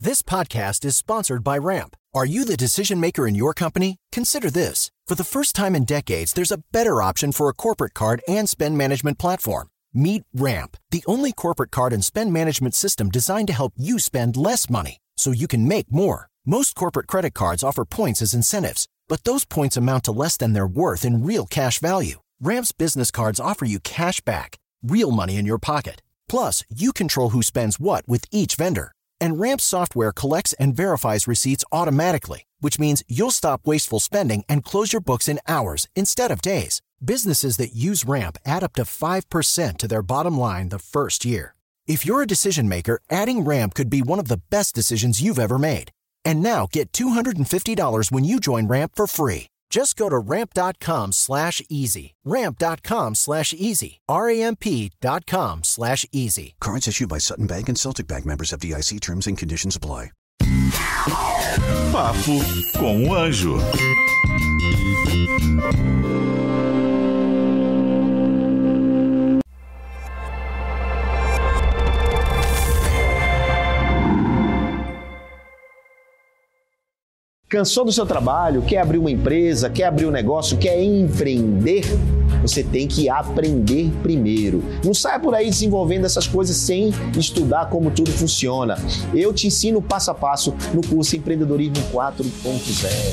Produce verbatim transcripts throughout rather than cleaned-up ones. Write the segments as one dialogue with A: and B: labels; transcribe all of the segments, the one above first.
A: This podcast is sponsored by Ramp. Are you the decision maker in your company? Consider this. For the first time in decades, there's a better option for a corporate card and spend management platform. Meet Ramp, the only corporate card and spend management system designed to help you spend less money so you can make more. Most corporate credit cards offer points as incentives, but those points amount to less than their worth in real cash value. Ramp's business cards offer you cash back, real money in your pocket. Plus, you control who spends what with each vendor. And Ramp's software collects and verifies receipts automatically, which means you'll stop wasteful spending and close your books in hours instead of days. Businesses that use Ramp add up to five percent to their bottom line the first year. If you're a decision maker, adding Ramp could be one of the best decisions you've ever made. And now get two hundred fifty dollars when you join Ramp for free. Just go to ramp.com slash easy. Ramp.com slash easy. R-A-M-P.com slash easy.
B: Cards issued by Sutton Bank and Celtic Bank, members F D I C. Terms and conditions apply.
C: Papo com o Anjo.
D: Cansou do seu trabalho? Quer abrir uma empresa? Quer abrir um negócio? Quer empreender? Você tem que aprender primeiro. Não saia por aí desenvolvendo essas coisas sem estudar como tudo funciona. Eu te ensino passo a passo no curso Empreendedorismo quatro ponto zero.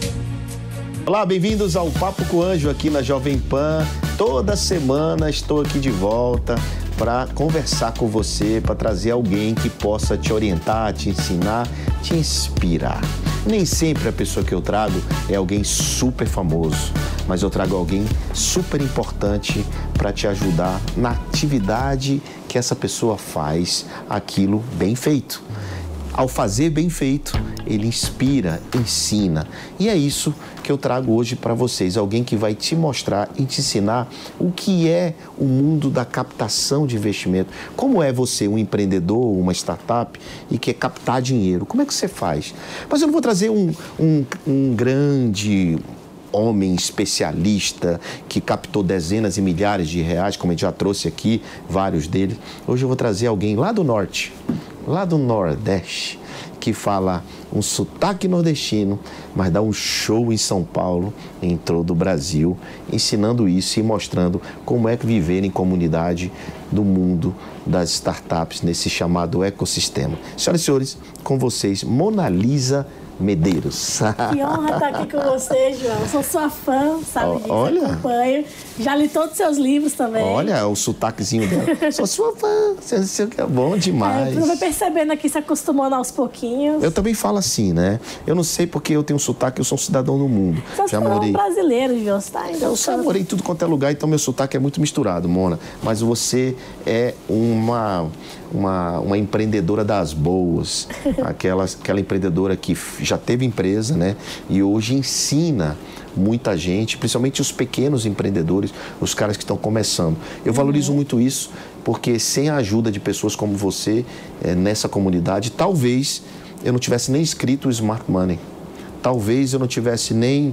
D: Olá, bem-vindos ao Papo com o Anjo aqui na Jovem Pan. Toda semana estou aqui de volta para conversar com você, para trazer alguém que possa te orientar, te ensinar, te inspirar. Nem sempre a pessoa que eu trago é alguém super famoso, mas eu trago alguém super importante para te ajudar na atividade que essa pessoa faz, aquilo bem feito. Ao fazer bem feito, ele inspira, ensina. E é isso que eu trago hoje para vocês. Alguém que vai te mostrar e te ensinar o que é o mundo da captação de investimento. Como é você um empreendedor, uma startup e quer captar dinheiro? Como é que você faz? Mas eu não vou trazer um, um, um grande homem especialista que captou dezenas e milhares de reais, como a gente já trouxe aqui, vários deles. Hoje eu vou trazer alguém lá do norte, lá do Nordeste, que fala um sotaque nordestino, mas dá um show em São Paulo, em todo o Brasil, ensinando isso e mostrando como é que viver em comunidade do mundo das startups, nesse chamado ecossistema. Senhoras e senhores, com vocês, Monalisa Medeiros.
E: Que honra estar aqui com você, João. Sou sua fã, sabe disso,
D: olha,
E: acompanho. Já li todos os seus livros também.
D: Olha o sotaquezinho dela. Sou sua fã, você sei que é bom demais.
E: É, você vai percebendo aqui, se acostumando aos pouquinhos.
D: Eu também falo assim, né? Eu não sei porque eu tenho sotaque, eu sou um cidadão do mundo.
E: Você
D: já morei...
E: um brasileiro, João, você tá ainda.
D: Eu só morei em tudo quanto é lugar, então meu sotaque é muito misturado, Mona. Mas você é uma... Uma, uma empreendedora das boas, aquela, aquela empreendedora que já teve empresa, né? E hoje ensina muita gente, principalmente os pequenos empreendedores, os caras que estão começando. Eu valorizo uhum. muito isso, porque sem a ajuda de pessoas como você é, nessa comunidade, talvez eu não tivesse nem escrito o Smart Money. Talvez eu não tivesse nem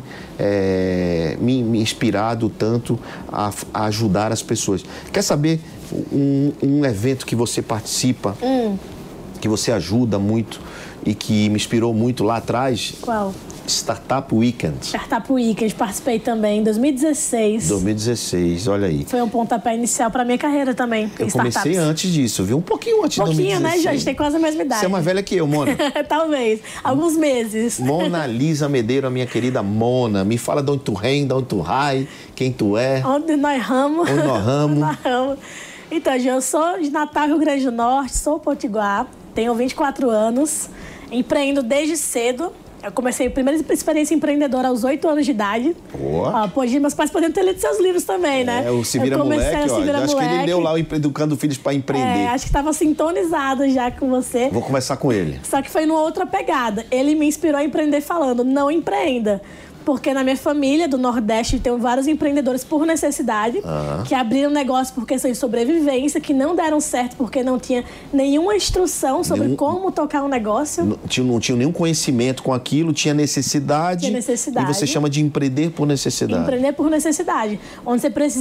D: é, me, me inspirado tanto a, a ajudar as pessoas. Quer saber um, um evento que você participa, hum. que você ajuda muito e que me inspirou muito lá atrás?
E: Qual?
D: Startup Weekend.
E: Startup Weekend, participei também em dois mil e dezesseis.
D: dois mil e dezesseis, olha aí.
E: Foi um pontapé inicial para minha carreira também.
D: Eu comecei antes disso, viu? Um pouquinho antes de dois mil e dezesseis.
E: Pouquinho, né, Jorge? Tem quase a mesma idade.
D: Você é mais velha que eu, Mona.
E: Talvez. Alguns meses.
D: Monalisa Medeiros, a minha querida Mona. Me fala de onde tu rei, de onde tu rai, quem tu é.
E: Onde nós ramos.
D: Onde nós ramos.
E: nós ramos. Então, Jorge, eu sou de Natal, Rio Grande do Norte, sou potiguar, tenho vinte e quatro anos, empreendo desde cedo. Eu comecei a primeira experiência empreendedora aos oito anos de idade. Ó, pô, meus pais poderiam ter lido seus livros também, né?
D: É, o Se Vira Moleque, ó. Vira acho moleque. que ele leu lá o Educando Filhos para Empreender.
E: É, acho que estava sintonizado já com você.
D: Vou conversar com ele.
E: Só que foi numa outra pegada. Ele me inspirou a empreender falando, não empreenda. Porque na minha família do Nordeste tem vários empreendedores por necessidade, ah. que abriram negócio por questão de sobrevivência, que não deram certo porque não tinha nenhuma instrução sobre nenhum, como tocar um negócio.
D: Não tinha, não tinha nenhum conhecimento com aquilo, tinha necessidade.
E: Tinha necessidade.
D: E você chama de empreender por necessidade.
E: Empreender por necessidade. Onde você precisa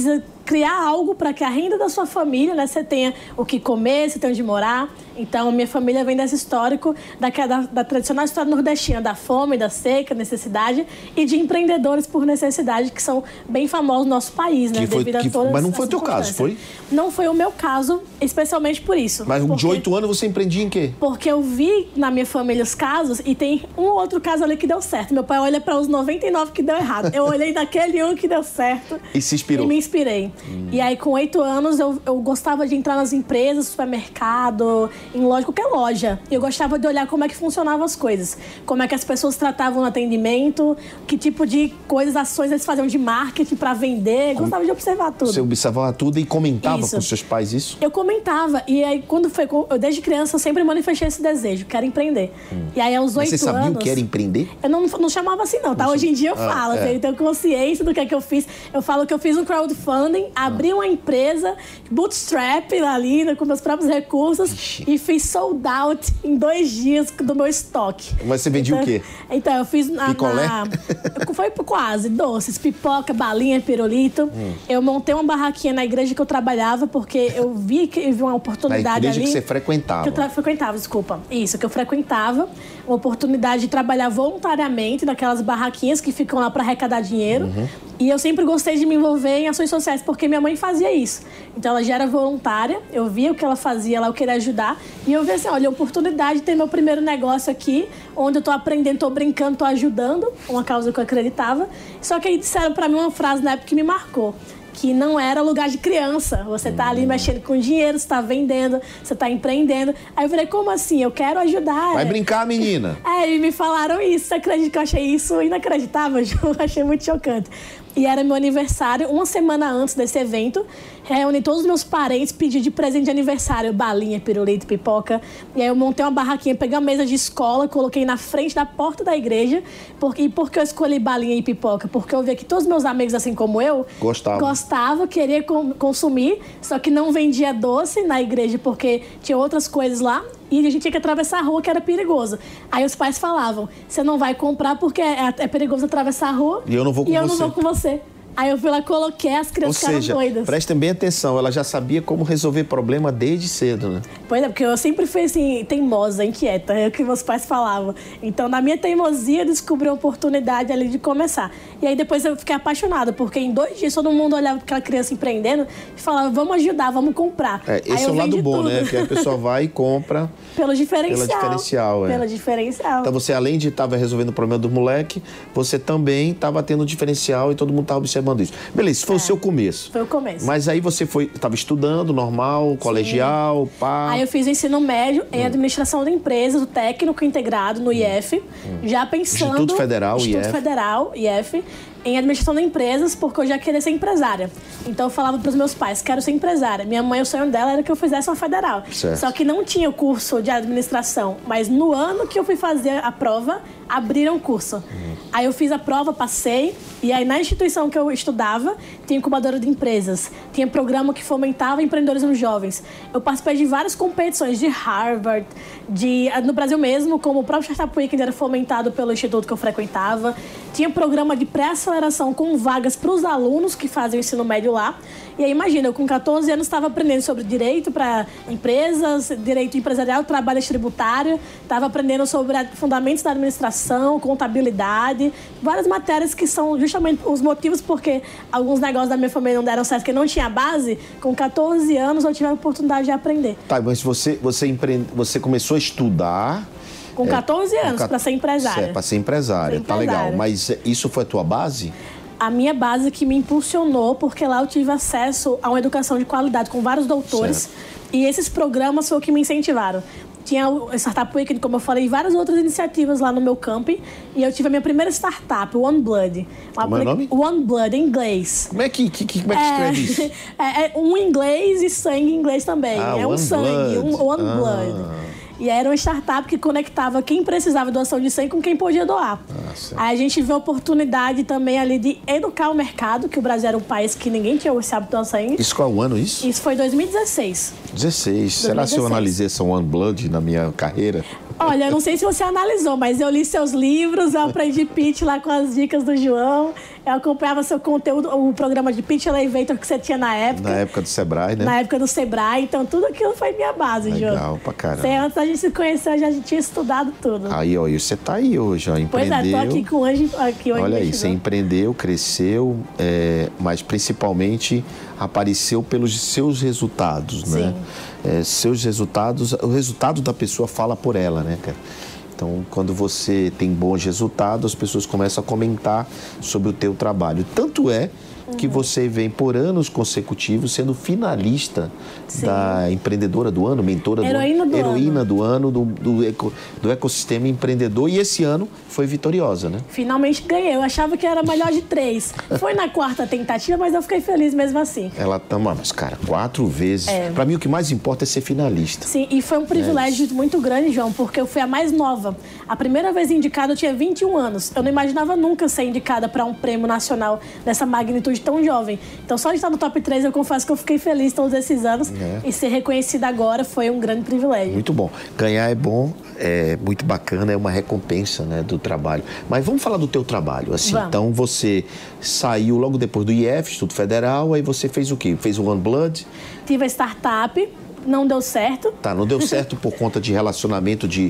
E: criar algo para que a renda da sua família, né, você tenha o que comer, você tenha onde morar. Então, minha família vem desse histórico, da, da, da tradicional história nordestina, da fome, da seca, necessidade, e de empreendedores por necessidade, que são bem famosos no nosso país, né?
D: Que foi,
E: devido
D: que,
E: a todas
D: mas não
E: as
D: foi o teu caso, foi?
E: Não foi o meu caso, especialmente por isso.
D: Mas
E: porque,
D: de oito anos você empreendia em quê?
E: Porque eu vi na minha família os casos, e tem um ou outro caso ali que deu certo. Meu pai olha para os noventa e nove que deu errado. Eu olhei naquele um que deu certo.
D: E se inspirou.
E: E me inspirei. Hum. E aí, com oito anos, eu, eu gostava de entrar nas empresas, supermercado, em loja, qualquer loja. E eu gostava de olhar como é que funcionavam as coisas. Como é que as pessoas tratavam no atendimento, que tipo de coisas, ações eles faziam de marketing para vender. Eu gostava de observar tudo.
D: Você observava tudo e comentava
E: isso.
D: com seus pais isso?
E: Eu comentava. E aí, quando foi... Eu, desde criança, eu sempre manifestei esse desejo. Quero empreender. Hum. E aí, aos oito anos...
D: Mas você sabia o que era empreender?
E: Eu não, não chamava assim, não, tá? Não Hoje em dia eu ah, falo. É. Assim, eu tenho consciência do que é que eu fiz. Eu falo que eu fiz um crowdfunding, ah. abri uma empresa, bootstrap ali, né, com meus próprios recursos. Ixi. E fiz sold out em dois dias do meu estoque.
D: Mas você vendia
E: então,
D: o quê?
E: Então, eu fiz... Na,
D: Picolé?
E: Na, foi quase. Doces, pipoca, balinha, pirulito. Hum. Eu montei uma barraquinha na igreja que eu trabalhava, porque eu vi que vi uma oportunidade ali.
D: Na igreja ali, que você frequentava.
E: Que eu tra- frequentava, desculpa. Isso, que eu frequentava. Uma oportunidade de trabalhar voluntariamente naquelas barraquinhas que ficam lá para arrecadar dinheiro. Uhum. E eu sempre gostei de me envolver em ações sociais, porque minha mãe fazia isso. Então, ela já era voluntária, eu via o que ela fazia lá, eu queria ajudar. E eu vi assim, olha, a oportunidade de ter meu primeiro negócio aqui, onde eu tô aprendendo, tô brincando, tô ajudando, uma causa que eu acreditava. Só que aí disseram para mim uma frase na época que me marcou, que não era lugar de criança. Você tá ali mexendo com dinheiro, você tá vendendo, você tá empreendendo. Aí eu falei, como assim? Eu quero ajudar.
D: Vai brincar, menina.
E: É, e me falaram isso. Você acredita que eu achei isso inacreditável? Eu achei muito chocante. E era meu aniversário, uma semana antes desse evento. Reuni todos os meus parentes, pedi de presente de aniversário balinha, pirulito, pipoca. E aí eu montei uma barraquinha, peguei uma mesa de escola, coloquei na frente da porta da igreja. Porque, e por que eu escolhi balinha e pipoca? Porque eu via que todos os meus amigos, assim como eu,
D: gostavam,
E: gostava, queria com, consumir, só que não vendia doce na igreja porque tinha outras coisas lá. E a gente tinha que atravessar a rua, que era perigoso. Aí os pais falavam, você não vai comprar porque é, é perigoso atravessar a rua.
D: E eu não vou com
E: e
D: você.
E: E eu não vou com você. Aí eu fui lá, coloquei, as crianças
D: ficaram doidas. Ou seja, prestem bem atenção, ela já sabia como resolver problema desde cedo, né?
E: Pois é, porque eu sempre fui assim, teimosa, inquieta, é o que meus pais falavam. Então, na minha teimosia, eu descobri a oportunidade ali de começar. E aí depois eu fiquei apaixonada, porque em dois dias todo mundo olhava para aquela criança empreendendo e falava, vamos ajudar, vamos comprar.
D: É, esse é o lado bom, tudo. Né? Que a pessoa vai e compra...
E: Pelo diferencial.
D: Pelo diferencial, é.
E: Pelo diferencial.
D: Então você, além de estar resolvendo o problema do moleque, você também estava tendo um diferencial e todo mundo estava observando isso. Beleza, isso foi é. o seu começo.
E: Foi o começo.
D: Mas aí você foi, estava estudando, normal, Sim. colegial, pá...
E: Aí eu fiz o ensino médio em hum. administração de empresas, o técnico integrado no I F, hum. já pensando...
D: Instituto Federal,
E: Instituto
D: I F.
E: Federal, I F, em administração de empresas, porque eu já queria ser empresária. Então eu falava para os meus pais, quero ser empresária. Minha mãe, o sonho dela era que eu fizesse uma federal.
D: Certo.
E: Só que não tinha o curso de administração. Mas no ano que eu fui fazer a prova, abriram o curso. Uhum. Aí eu fiz a prova, passei. E aí na instituição que eu estudava, tinha incubadora de empresas. Tinha programa que fomentava empreendedorismo jovens. Eu participei de várias competições de Harvard, de, no Brasil mesmo, como o próprio Startup Weekend era fomentado pelo instituto que eu frequentava. Tinha programa de pré-aceleração com vagas para os alunos que fazem o ensino médio lá. E aí, imagina, eu com catorze anos estava aprendendo sobre direito para empresas, direito empresarial, trabalho tributário, estava aprendendo sobre fundamentos da administração, contabilidade, várias matérias que são justamente os motivos porque alguns negócios da minha família não deram certo, porque não tinha base. Com catorze anos eu tive a oportunidade de aprender.
D: Tá, mas você, você, empreende, você começou a estudar...
E: Com catorze é, anos, para ser empresária.
D: Para ser empresária, tá legal. Mas isso foi a tua base?
E: A minha base que me impulsionou, porque lá eu tive acesso a uma educação de qualidade com vários doutores. Certo. E esses programas foi o que me incentivaram. Tinha o Startup Weekend, como eu falei, e várias outras iniciativas lá no meu camping. E eu tive a minha primeira startup, One Blood.
D: Como é o nome?
E: One Blood, em inglês.
D: Como é que, que, como é que escreve
E: é,
D: isso?
E: É, é um em inglês e sangue em inglês também.
D: Ah,
E: é um
D: One
E: sangue,
D: Blood.
E: um One
D: ah.
E: Blood. E era uma startup que conectava quem precisava de doação de sangue com quem podia doar.
D: Nossa.
E: Aí a gente viu a oportunidade também ali de educar o mercado, que o Brasil era um país que ninguém tinha esse hábito de doar sangue.
D: Isso qual ano isso?
E: Isso foi dois mil e dezesseis.
D: dezesseis. Será que eu analisei essa One Blood na minha carreira?
E: Olha, eu não sei se você analisou, mas eu li seus livros, eu aprendi pitch lá com as dicas do João, eu acompanhava seu conteúdo, o programa de Pitch Elevator que você tinha na época.
D: Na época do Sebrae, né?
E: Na época do Sebrae, então tudo aquilo foi minha base, João.
D: Legal pra caramba.
E: Você, antes da gente se conhecer, eu já tinha estudado tudo.
D: Aí, ó, e você tá aí hoje, ó, empreendeu.
E: Pois é, tô aqui com o Anjo, aqui hoje.
D: Olha aí, você empreendeu, cresceu, é, mas principalmente apareceu pelos seus resultados, né? É, seus resultados, o resultado da pessoa fala por ela, né, cara? Então, quando você tem bons resultados, as pessoas começam a comentar sobre o teu trabalho. Tanto é que você vem por anos consecutivos sendo finalista Sim. da empreendedora do ano, mentora do
E: heroína
D: ano,
E: do
D: heroína
E: ano.
D: do ano do, do, eco, do ecossistema empreendedor, e esse ano foi vitoriosa, né?
E: Finalmente ganhei, eu achava que era melhor de três. Foi na quarta tentativa, mas eu fiquei feliz mesmo assim.
D: Ela tá, mas cara, quatro vezes. É. Pra mim o que mais importa é ser finalista.
E: Sim, e foi um privilégio é muito grande, João, porque eu fui a mais nova. A primeira vez indicada eu tinha vinte e um anos. Eu não imaginava nunca ser indicada para um prêmio nacional dessa magnitude tão jovem. Então, só de estar no top três, eu confesso que eu fiquei feliz todos esses anos. É. E ser reconhecida agora foi um grande privilégio.
D: Muito bom. Ganhar é bom, é muito bacana, é uma recompensa, né, do trabalho. Mas vamos falar do teu trabalho. Assim, vamos. Então, você saiu logo depois do I F, Instituto Federal, aí você fez o quê? Fez o One Blood?
E: Tive a startup. Não deu certo.
D: Tá, não deu certo por conta de relacionamento de,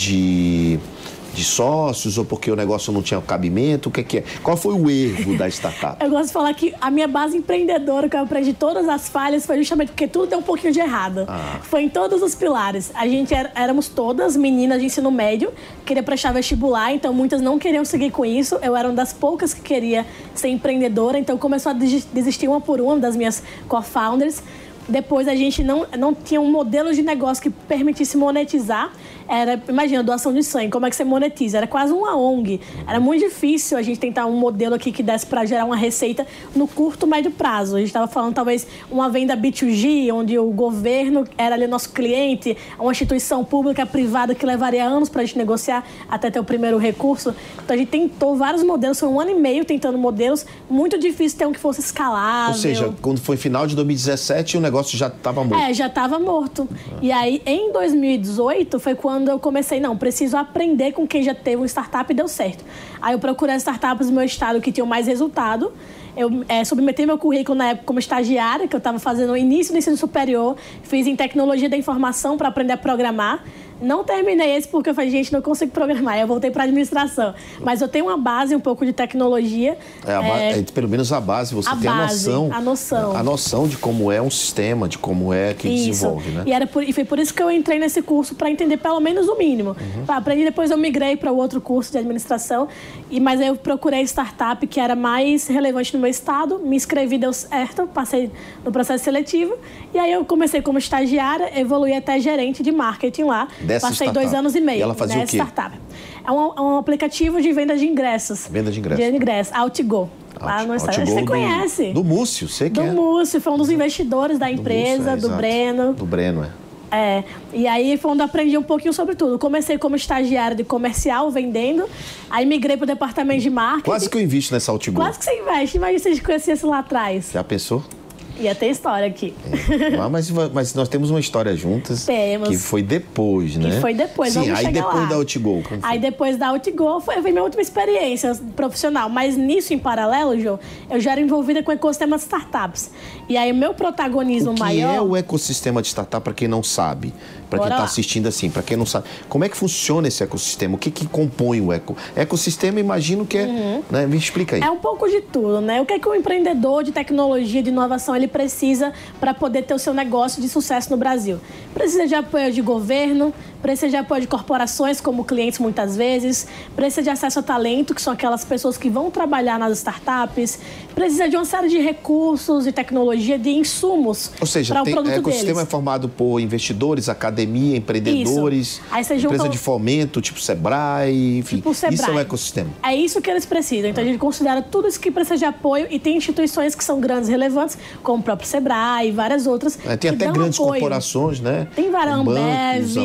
D: de, de sócios ou porque o negócio não tinha cabimento? O que é que é? Qual foi o erro da startup?
E: Eu gosto de falar que a minha base empreendedora, que eu aprendi todas as falhas, foi justamente porque tudo deu um pouquinho de errado. Ah. Foi em todos os pilares. A gente era, éramos todas meninas de ensino médio, queria prestar vestibular, então muitas não queriam seguir com isso. Eu era uma das poucas que queria ser empreendedora, então começou a desistir uma por uma das minhas co-founders. Depois a gente não, não tinha um modelo de negócio que permitisse monetizar. Era, imagina, doação de sangue, como é que você monetiza? Era quase uma O N G. Era muito difícil a gente tentar um modelo aqui que desse para gerar uma receita no curto, médio prazo. A gente estava falando talvez uma venda B dois G, onde o governo era ali nosso cliente, uma instituição pública, privada, que levaria anos para a gente negociar até ter o primeiro recurso. Então a gente tentou vários modelos, foi um ano e meio tentando modelos, muito difícil ter um que fosse escalável.
D: Ou seja, quando foi final de dois mil e dezessete, o negócio já estava morto.
E: É, já estava morto. Uhum. E aí, em dois mil e dezoito, foi quando eu comecei, não, preciso aprender com quem já teve uma startup e deu certo. Aí eu procurei as startups do meu estado que tinham mais resultado. Eu é, submeti meu currículo na época como estagiária, que eu estava fazendo o início do ensino superior. Fiz em tecnologia da informação para aprender a programar. Não terminei esse porque eu falei, gente, não consigo programar. Eu voltei para administração. Mas eu tenho uma base, um pouco de tecnologia.
D: É, a é, é, pelo menos a base, você
E: a
D: tem
E: base,
D: a noção.
E: A noção.
D: A noção de como é um sistema, de como é que
E: isso.
D: desenvolve, né?
E: E, era por, e foi por isso que eu entrei nesse curso, para entender pelo menos o mínimo. Uhum. Aprendi, depois eu migrei para o outro curso de administração. E, mas aí eu procurei startup que era mais relevante no meu estado. Me inscrevi, deu certo, passei no processo seletivo. E aí eu comecei como estagiária, evoluí até gerente de marketing lá.
D: Dessa
E: Passei
D: startup.
E: dois anos e meio.
D: E ela fazia
E: nessa
D: o quê?
E: Startup. É um, é um aplicativo de venda de ingressos.
D: Venda de ingressos.
E: De ingressos. Outgo. Lá no Instagram. Você conhece?
D: Do Múcio, sei que
E: Do
D: é.
E: Múcio, foi um dos investidores da empresa, do,
D: do, Múcio, é,
E: do Breno.
D: Do Breno, é.
E: É, e aí foi onde eu aprendi um pouquinho sobre tudo. Comecei como estagiária de comercial, vendendo. Aí migrei para o departamento de marketing.
D: Quase que eu invisto nessa Outgo.
E: Quase que você investe. Imagina se a gente conhecesse lá atrás.
D: Já pensou?
E: Ia ter história aqui.
D: É. Mas, mas nós temos uma história juntas.
E: Temos.
D: Que foi depois, né?
E: Que foi depois,
D: Sim,
E: vamos
D: aí
E: chegar
D: depois
E: lá.
D: da Outgo.
E: Aí depois da Outgo foi, foi minha última experiência profissional. Mas nisso, em paralelo, João, eu já era envolvida com o ecossistema de startups. E aí o meu protagonismo
D: o que
E: maior...
D: é o ecossistema de startup, para quem não sabe? Para quem está assistindo assim, para quem não sabe. Como é que funciona esse ecossistema? O que, que compõe o eco? Ecossistema, imagino que é... Uhum. Né? Me explica aí.
E: É um pouco de tudo, né? O que é que o empreendedor de tecnologia, de inovação, ele precisa para poder ter o seu negócio de sucesso no Brasil? Precisa de apoio de governo, precisa de apoio de corporações como clientes muitas vezes, precisa de acesso a talento, que são aquelas pessoas que vão trabalhar nas startups, precisa de uma série de recursos, de tecnologia, de insumos para o produto deles. Ou seja,
D: o ecossistema é formado por investidores, academia, empreendedores, empresa juntam... de fomento, tipo Sebrae, enfim. Tipo Sebrae. Isso é o ecossistema.
E: É isso que eles precisam. Então, a gente considera tudo isso que precisa de apoio e tem instituições que são grandes e relevantes, como o próprio Sebrae e várias outras.
D: É, tem até grandes apoio. corporações, né?
E: Tem várias, Ambev,
D: bancos, Ambev,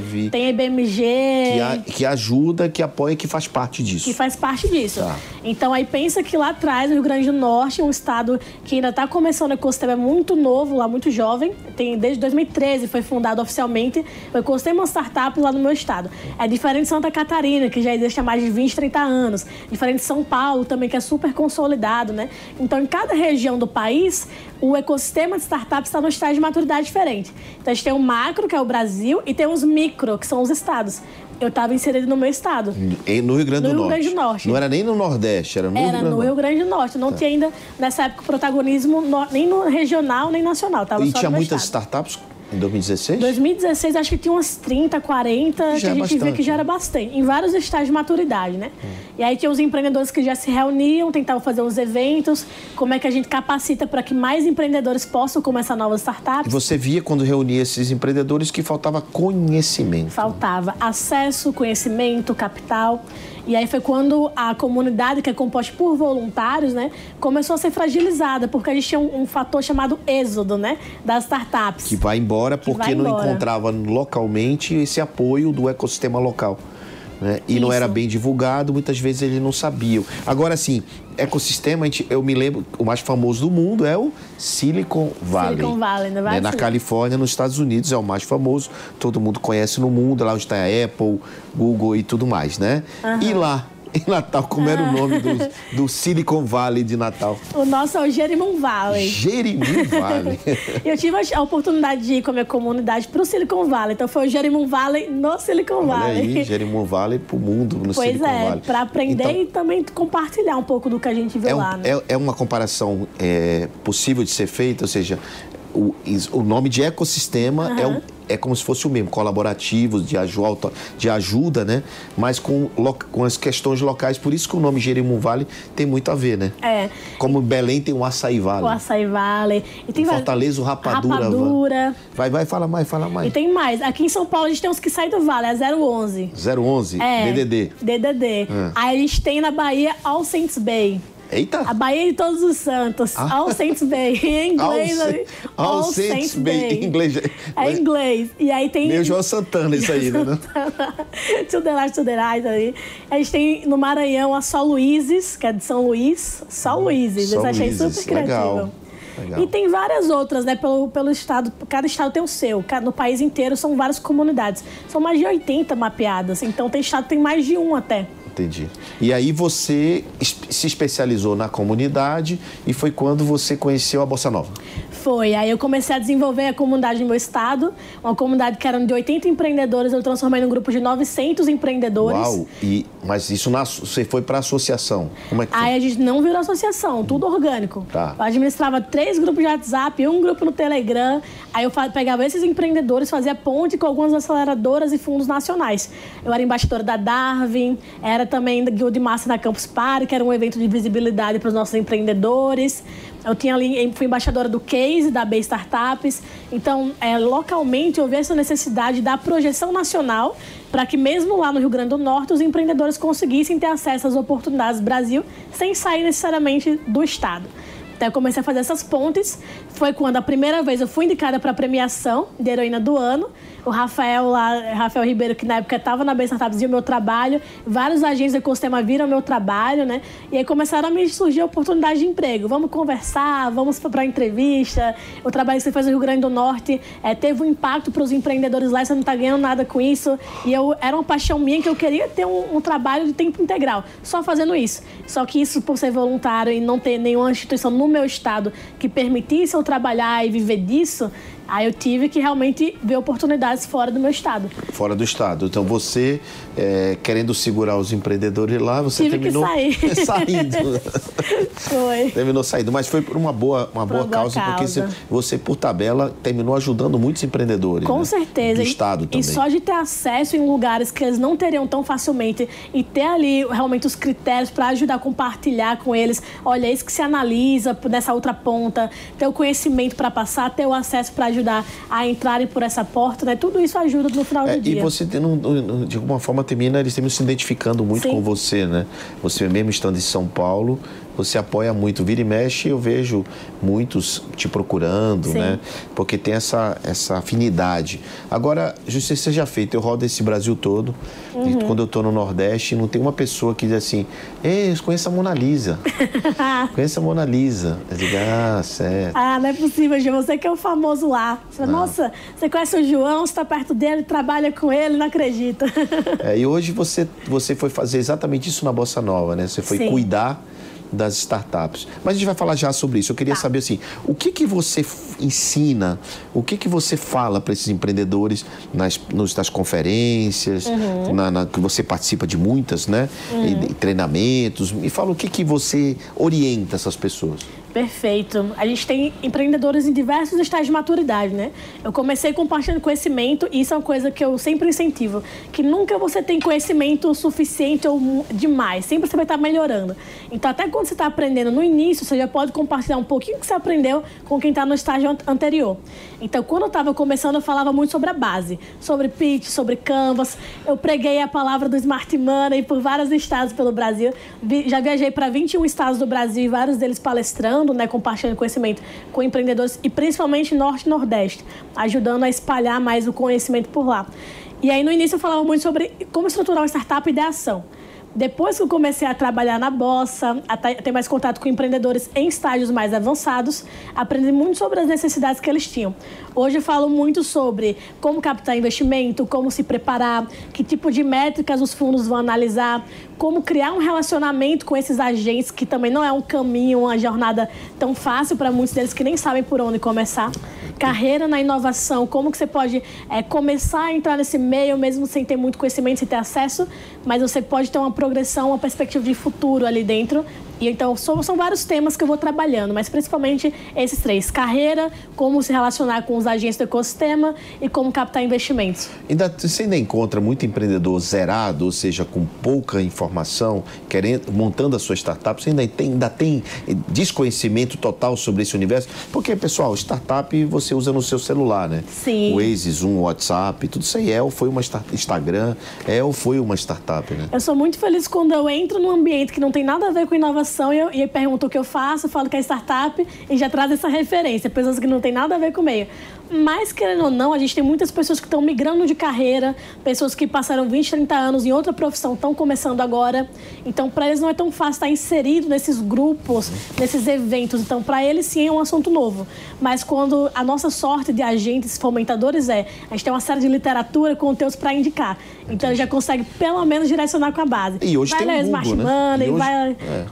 D: Ambev.
E: Tem a I B M G.
D: Que, a, que ajuda, que apoia, que faz parte disso.
E: Que faz parte disso.
D: Tá.
E: Então, aí pensa que lá atrás, o Rio Grande do Norte, um estado que ainda está começando o ecossistema, é muito novo, lá muito jovem. Tem, desde dois mil e treze foi fundado oficialmente o ecossistema startup lá no meu estado. É diferente de Santa Catarina, que já existe há mais de vinte, trinta anos. Diferente de São Paulo também, que é super consolidado, né? Então, em cada região do país, o ecossistema de startups está num estágio de maturidade diferente. Então, a gente tem o macro, que é o Brasil, e tem os micro, que são os estados. Eu estava inserido no meu estado.
D: E no Rio Grande do
E: no
D: Norte.
E: Rio Grande do Norte.
D: Não era nem no Nordeste, era no
E: era
D: Rio Grande do
E: Norte. Era no Rio Grande do Norte. Não tá. tinha ainda, nessa época, protagonismo no, nem no regional, nem nacional. Tava
D: e
E: só
D: tinha
E: no
D: muitas
E: estado.
D: startups em dois mil e dezesseis?
E: dois mil e dezesseis, acho que tinha umas trinta, quarenta,
D: já
E: que a gente
D: é
E: via que já era bastante. Em vários estágios de maturidade, né? Hum. E aí tinha os empreendedores que já se reuniam, tentavam fazer uns eventos, como é que a gente capacita para que mais empreendedores possam começar novas startups.
D: E você via, quando reunia esses empreendedores, que faltava conhecimento.
E: Faltava acesso, conhecimento, capital. E aí foi quando a comunidade, que é composta por voluntários, né, começou a ser fragilizada, porque a gente tinha um, um fator chamado êxodo, né, das startups.
D: Que vai embora porque
E: vai
D: não
E: embora.
D: encontrava localmente esse apoio do ecossistema local. Né? E Isso. não era bem divulgado, muitas vezes eles não sabiam. Agora, assim, ecossistema, eu me lembro, o mais famoso do mundo é o Silicon Valley.
E: Silicon Valley, né?
D: Né? Na Califórnia, nos Estados Unidos, é o mais famoso, todo mundo conhece no mundo, lá onde está a Apple, Google e tudo mais, né? Uhum. E lá, em Natal, como era o nome do, do Silicon Valley de Natal?
E: O nosso é o Jerimum Valley.
D: Jerimum Valley.
E: Eu tive a oportunidade de ir com a minha comunidade para o Silicon Valley. Então foi o Jerimum Valley no Silicon
D: Olha
E: Valley.
D: Aí, Jerimum Valley pro mundo no
E: pois
D: Silicon
E: é,
D: Valley.
E: Para aprender então, e também compartilhar um pouco do que a gente viu
D: é um,
E: lá. Né?
D: É, é uma comparação é, possível de ser feita, ou seja, o, o nome de ecossistema uhum. é um é como se fosse o mesmo, colaborativos, de ajuda, de ajuda, né? Mas com, com as questões locais. Por isso que o nome Jerimum Valley tem muito a ver, né?
E: É.
D: Como Belém tem o Açaí Valley.
E: O Açaí Valley. E tem
D: Fortaleza, o Rapadura.
E: Rapadura.
D: Vai, vai, fala mais, fala mais.
E: E tem mais. Aqui em São Paulo a gente tem uns que saem do Vale, é zero onze.
D: zero onze?
E: É.
D: D D D.
E: D D D. É. Aí a gente tem na Bahia All Saints Bay.
D: Eita!
E: A Bahia de Todos os Santos. Ah. All Saints Bay. Em inglês.
D: All,
E: All,
D: All Saints, Saints Bay. Bay. Em inglês.
E: É em inglês. E aí tem...
D: Meio João Santana isso aí, né?
E: Tuderais, tuderais aí. A gente tem no Maranhão a Só Luizes, que é de São Luís. Só Luizes. Eu achei super criativo.
D: Legal. Legal.
E: E tem várias outras, né, pelo, pelo estado, cada estado tem o seu, no país inteiro são várias comunidades, são mais de oitenta mapeadas, então tem estado que tem mais de um até.
D: Entendi. E aí você se especializou na comunidade e foi quando você conheceu a Bossa Nova?
E: Foi. Aí eu comecei a desenvolver a comunidade no meu estado, uma comunidade que era de oitenta empreendedores, eu transformei num grupo de novecentos empreendedores.
D: Uau! E, mas isso na, você foi para a associação? Como é que foi?
E: Aí a gente não virou associação, tudo orgânico.
D: Tá.
E: Eu administrava três grupos de WhatsApp, um grupo no Telegram. Aí eu pegava esses empreendedores, fazia ponte com algumas aceleradoras e fundos nacionais. Eu era embaixadora da Darwin, era também da Guild Master da Campus Party, que era um evento de visibilidade para os nossos empreendedores. Eu tinha ali, fui embaixadora do Case, da B Startups. Então, é, localmente, eu vi essa necessidade da projeção nacional para que mesmo lá no Rio Grande do Norte, os empreendedores conseguissem ter acesso às oportunidades do Brasil sem sair necessariamente do estado. Então, eu comecei a fazer essas pontes. Foi quando a primeira vez eu fui indicada para a premiação de Heroína do Ano. O Rafael lá, Rafael Ribeiro, que na época estava na B Startups, viu o meu trabalho. Vários agentes do ecossistema viram o meu trabalho, né? E aí começaram a me surgir oportunidades de emprego. Vamos conversar, vamos para a entrevista. O trabalho que você fez no Rio Grande do Norte é, teve um impacto para os empreendedores lá, você não está ganhando nada com isso. E eu, era uma paixão minha que eu queria ter um, um trabalho de tempo integral, só fazendo isso. Só que isso, por ser voluntário e não ter nenhuma instituição no meu estado que permitisse eu trabalhar e viver disso, aí eu tive que realmente ver oportunidades fora do meu estado.
D: Fora do estado. Então você, é, querendo segurar os empreendedores lá, você
E: tive
D: terminou
E: que sair.
D: saindo.
E: Foi.
D: Terminou saindo, mas foi por uma boa, uma boa, boa causa, causa, porque você, você, por tabela, terminou ajudando muitos empreendedores.
E: Com
D: né?
E: certeza.
D: Do estado
E: e,
D: também.
E: E só de ter acesso em lugares que eles não teriam tão facilmente e ter ali realmente os critérios para ajudar a compartilhar com eles. Olha, é isso que se analisa nessa outra ponta, ter o conhecimento para passar, ter o acesso para ajudar a entrarem por essa porta, né? Tudo isso ajuda no final
D: é,
E: do dia.
D: E você, de alguma forma, termina eles terminam se identificando muito Sim. com você, né? Você mesmo estando em São Paulo, você apoia muito. Vira e mexe, eu vejo muitos te procurando,
E: Sim.
D: né? Porque tem essa, essa afinidade. Agora, justiça seja feita, eu rodo esse Brasil todo, uhum. e quando eu tô no Nordeste, não tem uma pessoa que diz assim, ei, eu conheço a Mona Lisa. Conheço a Mona Lisa. Eu digo, ah, certo.
E: Ah, não é possível, Gil, você que é o famoso lá. Você fala, nossa, você conhece o João, você tá perto dele, trabalha com ele, não acredita.
D: É, e hoje você, você foi fazer exatamente isso na Bossa Nova, né? Você foi Sim. cuidar das startups. Mas a gente vai falar já sobre isso. Eu queria tá. saber assim, o que que você ensina, o que que você fala para esses empreendedores nas, nos, nas conferências, uhum. na, na, que você participa de muitas, né? Uhum. E, e treinamentos. Me fala o que que você orienta essas pessoas.
E: Perfeito. A gente tem empreendedores em diversos estágios de maturidade, né? Eu comecei compartilhando conhecimento e isso é uma coisa que eu sempre incentivo, que nunca você tem conhecimento suficiente ou demais, sempre você vai estar melhorando. Então, até quando você está aprendendo no início, você já pode compartilhar um pouquinho que você aprendeu com quem está no estágio anterior. Então, quando eu estava começando, eu falava muito sobre a base, sobre pitch, sobre canvas. Eu preguei a palavra do Smart Money por vários estados pelo Brasil. Já viajei para vinte e um estados do Brasil e vários deles palestrando, né, compartilhando conhecimento com empreendedores e principalmente Norte e Nordeste, ajudando a espalhar mais o conhecimento por lá. E aí no início eu falava muito sobre como estruturar uma startup e ideação. Depois que eu comecei a trabalhar na Bossa, a ter mais contato com empreendedores em estágios mais avançados, aprendi muito sobre as necessidades que eles tinham. Hoje eu falo muito sobre como captar investimento, como se preparar, que tipo de métricas os fundos vão analisar, como criar um relacionamento com esses agentes, que também não é um caminho, uma jornada tão fácil para muitos deles que nem sabem por onde começar. Carreira na inovação, como que você pode é, começar a entrar nesse meio mesmo sem ter muito conhecimento, sem ter acesso, mas você pode ter uma progressão, uma perspectiva de futuro ali dentro. E então são, são vários temas que eu vou trabalhando, mas principalmente esses três: carreira, como se relacionar com os agentes do ecossistema e como captar investimentos.
D: Ainda, você ainda encontra muito empreendedor zerado, ou seja, com pouca informação, querendo, montando a sua startup? Você ainda tem, ainda tem desconhecimento total sobre esse universo? Porque, pessoal, startup você usa no seu celular, né?
E: Sim.
D: O Waze, Zoom, WhatsApp, tudo isso aí é ou foi uma start, Instagram, é ou foi uma startup, né?
E: Eu sou muito feliz quando eu entro num ambiente que não tem nada a ver com inovação e eu, e eu pergunto o que eu faço, eu falo que é startup e já traz essa referência, pessoas que não tem nada a ver com o meio. Mas, querendo ou não, a gente tem muitas pessoas que estão migrando de carreira, pessoas que passaram vinte, trinta anos em outra profissão, estão começando agora. Então, para eles não é tão fácil estar inserido nesses grupos, nesses eventos. Então, para eles, sim, é um assunto novo. Mas quando a nossa sorte de agentes fomentadores é, a gente tem uma série de literatura, conteúdos para indicar. Então, ele já consegue, pelo menos, direcionar com a base.
D: E hoje
E: vai
D: tem
E: ler
D: o Google,
E: Smart
D: né?
E: Money,
D: hoje,
E: vai...
D: É.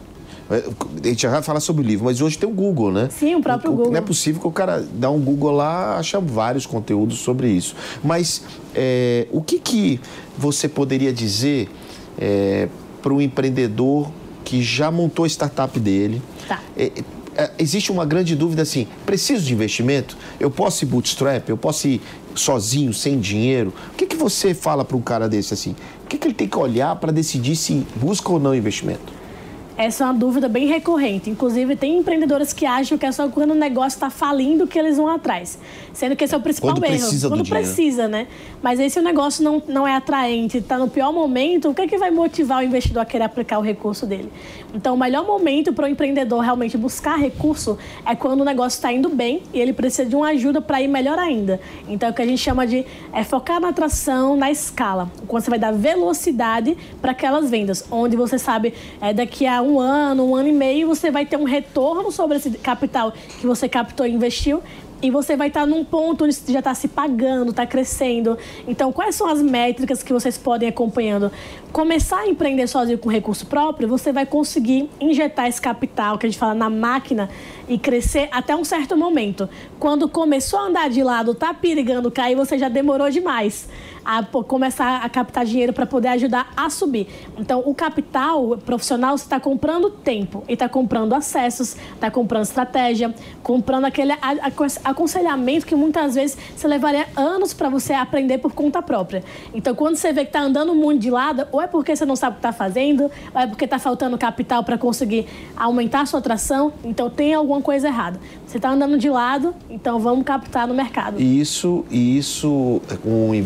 D: A gente já vai falar sobre o livro, mas hoje tem o Google, né?
E: Sim, o próprio
D: o,
E: Google.
D: Não é possível que o cara dá um Google lá, acha vários conteúdos sobre isso. Mas é, o que, que você poderia dizer é, para um empreendedor que já montou a startup dele?
E: Tá.
D: É, é, existe uma grande dúvida assim, preciso de investimento? Eu posso ir bootstrap? Eu posso ir sozinho, sem dinheiro? O que, que você fala para um cara desse assim? O que, que ele tem que olhar para decidir se busca ou não investimento?
E: Essa é uma dúvida bem recorrente. Inclusive, tem empreendedores que acham que é só quando o negócio está falindo que eles vão atrás. Sendo que esse é o principal
D: quando
E: erro.
D: Precisa
E: quando
D: do
E: precisa, né? Mas aí, se o negócio não, não é atraente, está no pior momento, o que é que vai motivar o investidor a querer aplicar o recurso dele? Então, o melhor momento para o empreendedor realmente buscar recurso é quando o negócio está indo bem e ele precisa de uma ajuda para ir melhor ainda. Então, é o que a gente chama de é, focar na atração, na escala. Quando você vai dar velocidade para aquelas vendas, onde você sabe, é, daqui a um ano, um ano e meio, você vai ter um retorno sobre esse capital que você captou e investiu. E você vai estar num ponto onde já está se pagando, está crescendo. Então, quais são as métricas que vocês podem ir acompanhando? Começar a empreender sozinho com recurso próprio, você vai conseguir injetar esse capital, que a gente fala na máquina, e crescer até um certo momento. Quando começou a andar de lado, está perigando cair, você já demorou demais a começar a captar dinheiro para poder ajudar a subir. Então, o capital profissional, você está comprando tempo e está comprando acessos, está comprando estratégia, comprando aquele aconselhamento que muitas vezes você levaria anos para você aprender por conta própria. Então, quando você vê que está andando muito de lado, ou é porque você não sabe o que está fazendo, ou é porque está faltando capital para conseguir aumentar a sua atração, então tem alguma coisa errada. Você está andando de lado, então vamos captar no mercado.
D: E isso, e isso um investidor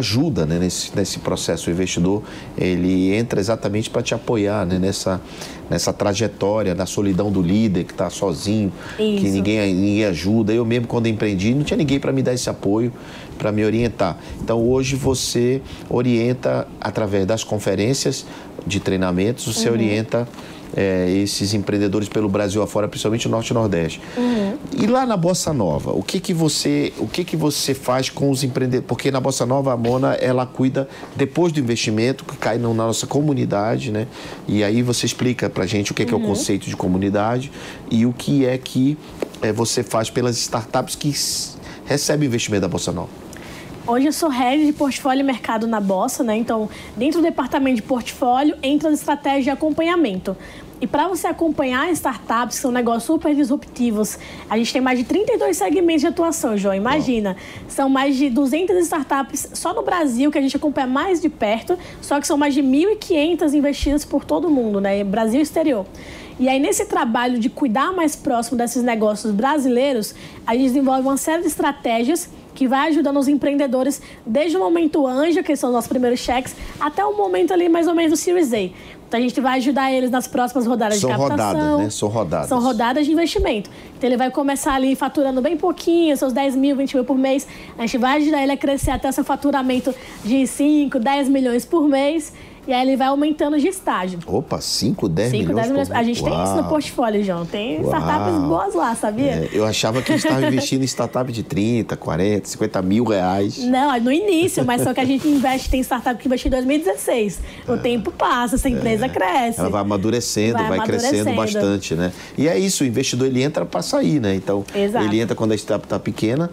D: ajuda, né, nesse, nesse processo. O investidor, ele entra exatamente para te apoiar, né, nessa, nessa trajetória da solidão do líder que está sozinho, Isso. que ninguém, ninguém ajuda. Eu mesmo, quando empreendi, não tinha ninguém para me dar esse apoio, para me orientar. Então, hoje você orienta através das conferências de treinamentos, você uhum. orienta é, esses empreendedores pelo Brasil afora, principalmente o Norte e Nordeste. Uhum. E lá na Bossa Nova, o que que você, o que que você faz com os empreendedores? Porque na Bossa Nova, a Mona, ela cuida depois do investimento, que cai na nossa comunidade, né? E aí você explica pra gente o que, uhum. que é o conceito de comunidade e o que é que é, você faz pelas startups que recebem investimento da Bossa Nova.
E: Hoje eu sou head de portfólio e mercado na Bossa, né? Então, dentro do departamento de portfólio, entra as estratégias de acompanhamento. E para você acompanhar startups, que são negócios super disruptivos, a gente tem mais de trinta e dois segmentos de atuação, João. Imagina, Uau. São mais de duzentas startups só no Brasil que a gente acompanha mais de perto, só que são mais de mil e quinhentas investidas por todo o mundo, né? Brasil e exterior. E aí, nesse trabalho de cuidar mais próximo desses negócios brasileiros, a gente desenvolve uma série de estratégias que vai ajudando os empreendedores desde o momento anjo, que são os nossos primeiros cheques, até o momento ali mais ou menos do Series A. Então a gente vai ajudar eles nas próximas rodadas
D: são
E: de captação.
D: São rodadas, né? São rodadas.
E: São rodadas de investimento. Então ele vai começar ali faturando bem pouquinho, seus dez mil, vinte mil por mês. A gente vai ajudar ele a crescer até seu faturamento de cinco, dez milhões por mês. E aí ele vai aumentando de estágio.
D: Opa, cinco, dez milhões?
E: dez milhões.
D: Por...
E: A gente
D: Uau.
E: tem isso no portfólio, João. Tem
D: Uau.
E: startups boas lá, sabia?
D: É, eu achava que a gente estava investindo em startup de trinta, quarenta, cinquenta mil reais.
E: Não, no início, mas só que a gente investe, tem startup que investiu em dois mil e dezesseis. O é. tempo passa, essa empresa é. cresce.
D: Ela vai amadurecendo, vai, vai amadurecendo. crescendo bastante, né? E é isso, o investidor ele entra para sair, né? Então, Exato. ele entra quando a startup está pequena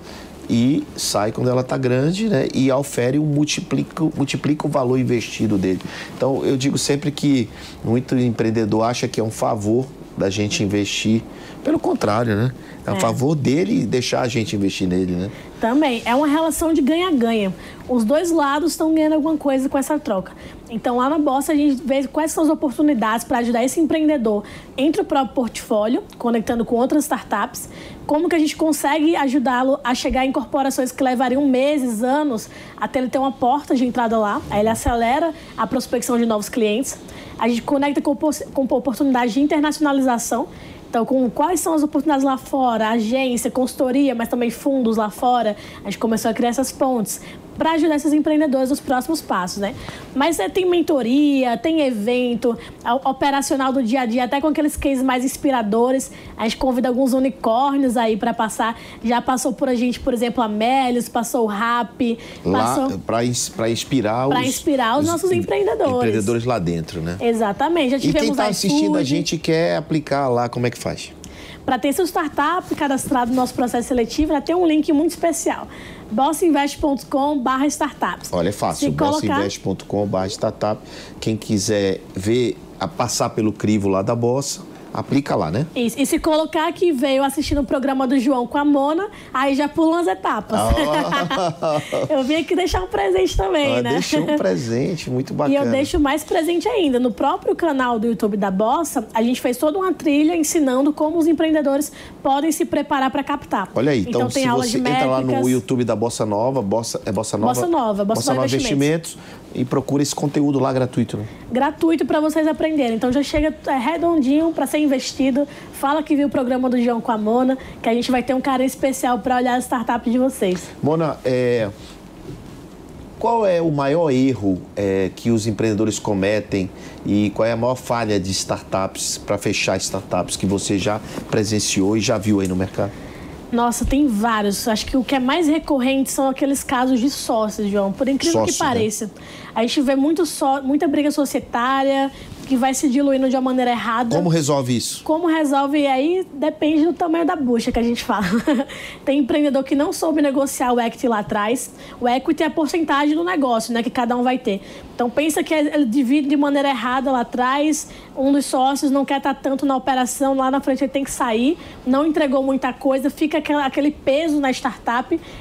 D: e sai quando ela está grande, né? E ofere um multiplica, multiplica o valor investido dele. Então, eu digo sempre que muito empreendedor acha que é um favor da gente investir. Pelo contrário, né? É a é. favor dele deixar a gente investir nele, né?
E: Também. É uma relação de ganha-ganha. Os dois lados estão ganhando alguma coisa com essa troca. Então, lá na Bossa, a gente vê quais são as oportunidades para ajudar esse empreendedor entre o próprio portfólio, conectando com outras startups, como que a gente consegue ajudá-lo a chegar em corporações que levariam meses, anos, até ele ter uma porta de entrada lá. Aí ele acelera a prospecção de novos clientes. A gente conecta com, com oportunidades de internacionalização. Então, com quais são as oportunidades lá fora, agência, consultoria, mas também fundos lá fora, a gente começou a criar essas pontes para ajudar esses empreendedores nos próximos passos, né? Mas é, tem mentoria, tem evento, operacional do dia a dia, até com aqueles cases mais inspiradores. A gente convida alguns unicórnios aí para passar. Já passou por a gente, por exemplo, a Melios, passou o Rap.
D: Passou... Para inspirar os...
E: Para inspirar os, os nossos empreendedores.
D: Empreendedores lá dentro, né?
E: Exatamente. Já tivemos
D: e quem está assistindo
E: iFood.
D: A gente quer aplicar lá, como é que faz?
E: Para ter seu startup cadastrado no nosso processo seletivo, já tem um link muito especial. bossainvest ponto com barra startups.
D: Olha, é fácil. bossainvest ponto com barra startup. Quem quiser ver, a passar pelo crivo lá da Bossa, aplica lá, né?
E: Isso. E se colocar que veio assistindo o programa do João com a Mona, aí já pulam as etapas. Ah. Eu vim aqui deixar um presente também, ah, né?
D: Deixou um presente, muito bacana.
E: E eu deixo mais presente ainda. No próprio canal do YouTube da Bossa, a gente fez toda uma trilha ensinando como os empreendedores podem se preparar para captar.
D: Olha aí, então, então tem se você entra métricas... lá no YouTube da Bossa Nova, Bossa, é Bossa Nova?
E: Bossa Nova, Bossa, Bossa Nova Investimentos.
D: Investimentos. E procura esse conteúdo lá gratuito, né?
E: Gratuito para vocês aprenderem. Então já chega é, redondinho para ser investido. Fala que viu o programa do João com a Mona, que a gente vai ter um carinho especial para olhar as startups de vocês.
D: Mona, é... qual é o maior erro é, que os empreendedores cometem e qual é a maior falha de startups para fechar startups que você já presenciou e já viu aí no mercado?
E: Nossa, tem vários. Acho que o que é mais recorrente são aqueles casos de sócios, João. Por incrível Sócio, que pareça. Né? A gente vê muito só, muita briga societária que vai se diluindo de uma maneira errada.
D: Como resolve isso?
E: Como resolve? E aí depende do tamanho da bucha que a gente fala. Tem empreendedor que não soube negociar o equity lá atrás. O equity é a porcentagem do negócio, né, que cada um vai ter. Então pensa que ele divide de maneira errada lá atrás. Um dos sócios não quer estar tanto na operação, lá na frente ele tem que sair. Não entregou muita coisa, fica aquela, aquele peso na startup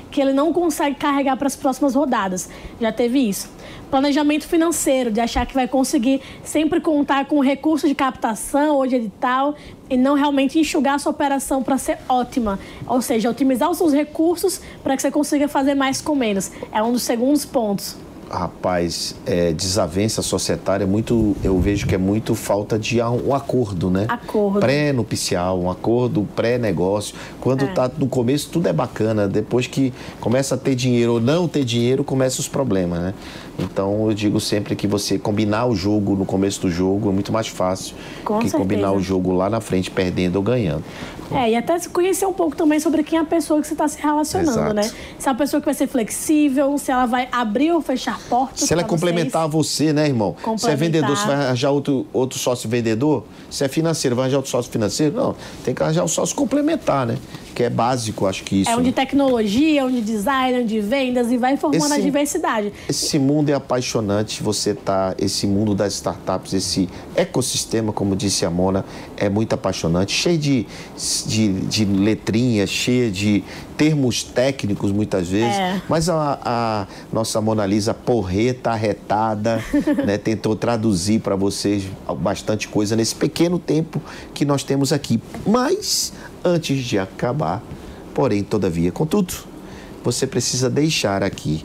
E: que ele não consegue carregar para as próximas rodadas. Já teve isso. Planejamento financeiro, de achar que vai conseguir sempre contar com recursos de captação ou de edital e não realmente enxugar a sua operação para ser ótima. Ou seja, otimizar os seus recursos para que você consiga fazer mais com menos. É um dos segundos pontos.
D: Rapaz, é, desavença societária é muito, eu vejo que é muito falta de um acordo, né?
E: Acordo.
D: Pré-nupcial, um acordo pré-negócio. Quando é. tá no começo tudo é bacana, depois que começa a ter dinheiro ou não ter dinheiro, começam os problemas, né? Então eu digo sempre que você combinar o jogo no começo do jogo é muito mais fácil
E: Com
D: que
E: certeza.
D: combinar o jogo lá na frente, perdendo ou ganhando.
E: É, e até conhecer um pouco também sobre quem é a pessoa que você está se relacionando,
D: Exato.
E: né? Se é uma pessoa que vai ser flexível, se ela vai abrir ou fechar portas.
D: Se ela é complementar a você, né, irmão? Se é vendedor, você vai arranjar outro, outro sócio vendedor? Se é financeiro, vai arranjar outro sócio financeiro? Não, tem que arranjar um sócio complementar, né? Que é básico, acho que isso.
E: É um de tecnologia, um de design, um de vendas e vai formando esse, a diversidade.
D: Esse mundo é apaixonante, você tá, esse mundo das startups, esse ecossistema, como disse a Mona, é muito apaixonante, cheio de, de, de letrinhas, cheio de termos técnicos muitas vezes,
E: é.
D: mas a, a nossa Mona Lisa porreta, arretada, né, tentou traduzir para vocês bastante coisa nesse pequeno tempo que nós temos aqui. Mas, antes de acabar, porém, todavia, contudo, você precisa deixar aqui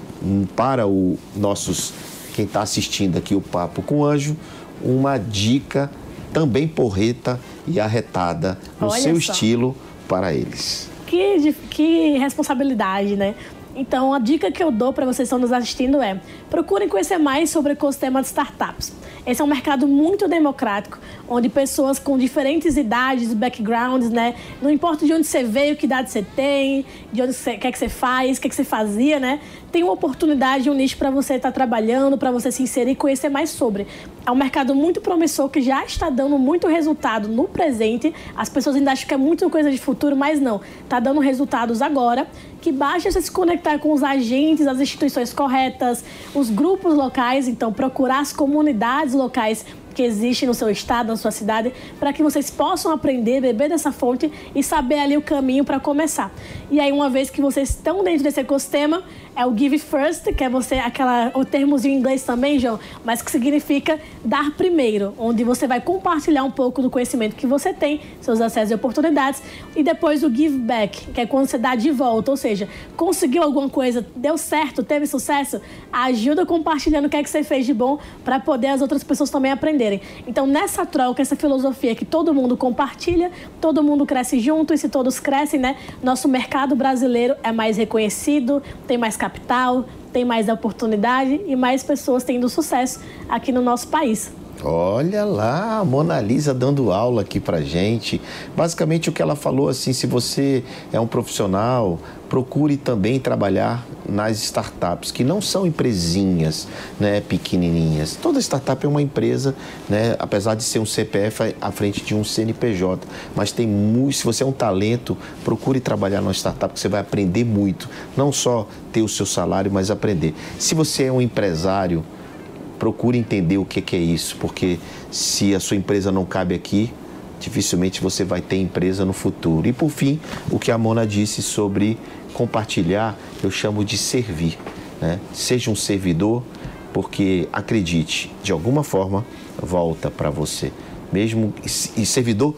D: para o nossos, quem está assistindo aqui o Papo com o Anjo, uma dica também porreta e arretada no
E: Olha
D: seu
E: só.
D: estilo para eles.
E: Que, que responsabilidade, né? Então, a dica que eu dou para vocês que estão nos assistindo é: procurem conhecer mais sobre o ecossistema de startups. Esse é um mercado muito democrático, onde pessoas com diferentes idades, backgrounds, né? Não importa de onde você veio, que idade você tem, de onde você, o que é que você faz, o que é que você fazia, né? Tem uma oportunidade, um nicho para você estar trabalhando, para você se inserir e conhecer mais sobre. É um mercado muito promissor que já está dando muito resultado no presente. As pessoas ainda acham que é muito coisa de futuro, mas não. Está dando resultados agora, que basta você se conectar com os agentes, as instituições corretas, os grupos locais, então procurar as comunidades locais que existem no seu estado, na sua cidade, para que vocês possam aprender, beber dessa fonte e saber ali o caminho para começar. E aí, uma vez que vocês estão dentro desse ecossistema, é o Give First, que é você, aquela, o termozinho em inglês também, João, mas que significa dar primeiro, onde você vai compartilhar um pouco do conhecimento que você tem, seus acessos e oportunidades, e depois o Give Back, que é quando você dá de volta, ou seja, conseguiu alguma coisa, deu certo, teve sucesso, ajuda compartilhando o que é que você fez de bom para poder as outras pessoas também aprenderem. Então, nessa troca, essa filosofia que todo mundo compartilha, todo mundo cresce junto, e se todos crescem, né, nosso mercado brasileiro é mais reconhecido, tem mais capital, tem mais oportunidade e mais pessoas tendo sucesso aqui no nosso país.
D: Olha lá, a Mona Lisa dando aula aqui pra gente. Basicamente o que ela falou, assim, se você é um profissional, procure também trabalhar nas startups, que não são empresinhas, né, pequenininhas. Toda startup é uma empresa, né, apesar de ser um C P F à frente de um C N P J. Mas tem muito, se você é um talento, procure trabalhar numa startup, que você vai aprender muito. Não só ter o seu salário, mas aprender. Se você é um empresário, procure entender o que é isso, porque se a sua empresa não cabe aqui, dificilmente você vai ter empresa no futuro. E, por fim, o que a Mona disse sobre compartilhar, eu chamo de servir, né? Seja um servidor, porque, acredite, de alguma forma, volta para você. Mesmo, e servidor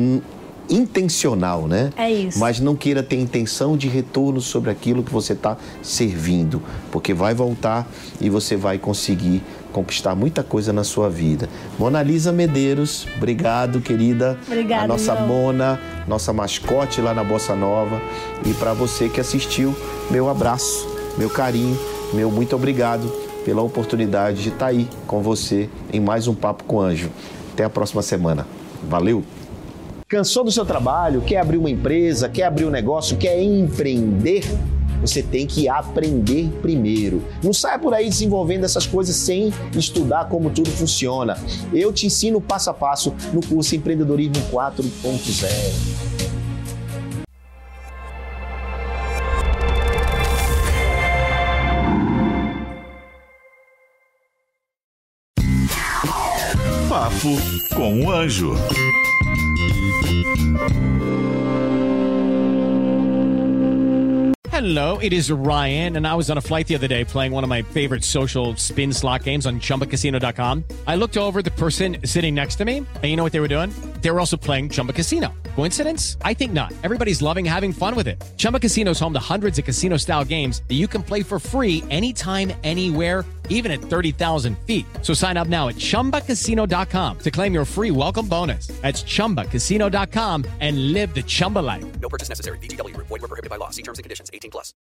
D: intencional, né?
E: É isso.
D: Mas não queira ter intenção de retorno sobre aquilo que você está servindo, porque vai voltar e você vai conseguir conquistar muita coisa na sua vida. Mona Lisa Medeiros, obrigado, querida.
E: Obrigada,
D: a nossa
E: João.
D: Mona, nossa mascote lá na Bossa Nova. E para você que assistiu, meu abraço, meu carinho, meu muito obrigado pela oportunidade de estar aí com você em mais um Papo com o Anjo. Até a próxima semana. Valeu!
C: Cansou do seu trabalho? Quer abrir uma empresa? Quer abrir um negócio? Quer empreender? Você tem que aprender primeiro. Não saia por aí desenvolvendo essas coisas sem estudar como tudo funciona. Eu te ensino passo a passo no curso Empreendedorismo quatro ponto zero.
F: Papo com o Anjo.
G: Hello, it is Ryan, and I was on a flight the other day playing one of my favorite social spin slot games on Chumba Casino dot com. I looked over at the person sitting next to me, and you know what they were doing? They were also playing Chumba Casino. Coincidence? I think not. Everybody's loving having fun with it. Chumba Casino is home to hundreds of casino-style games that you can play for free anytime, anywhere, even at thirty thousand feet. So sign up now at Chumba Casino dot com to claim your free welcome bonus. That's Chumba Casino dot com and live the Chumba life.
H: No purchase necessary. V G W. Void where prohibited by law. See terms and conditions. eighteen plus.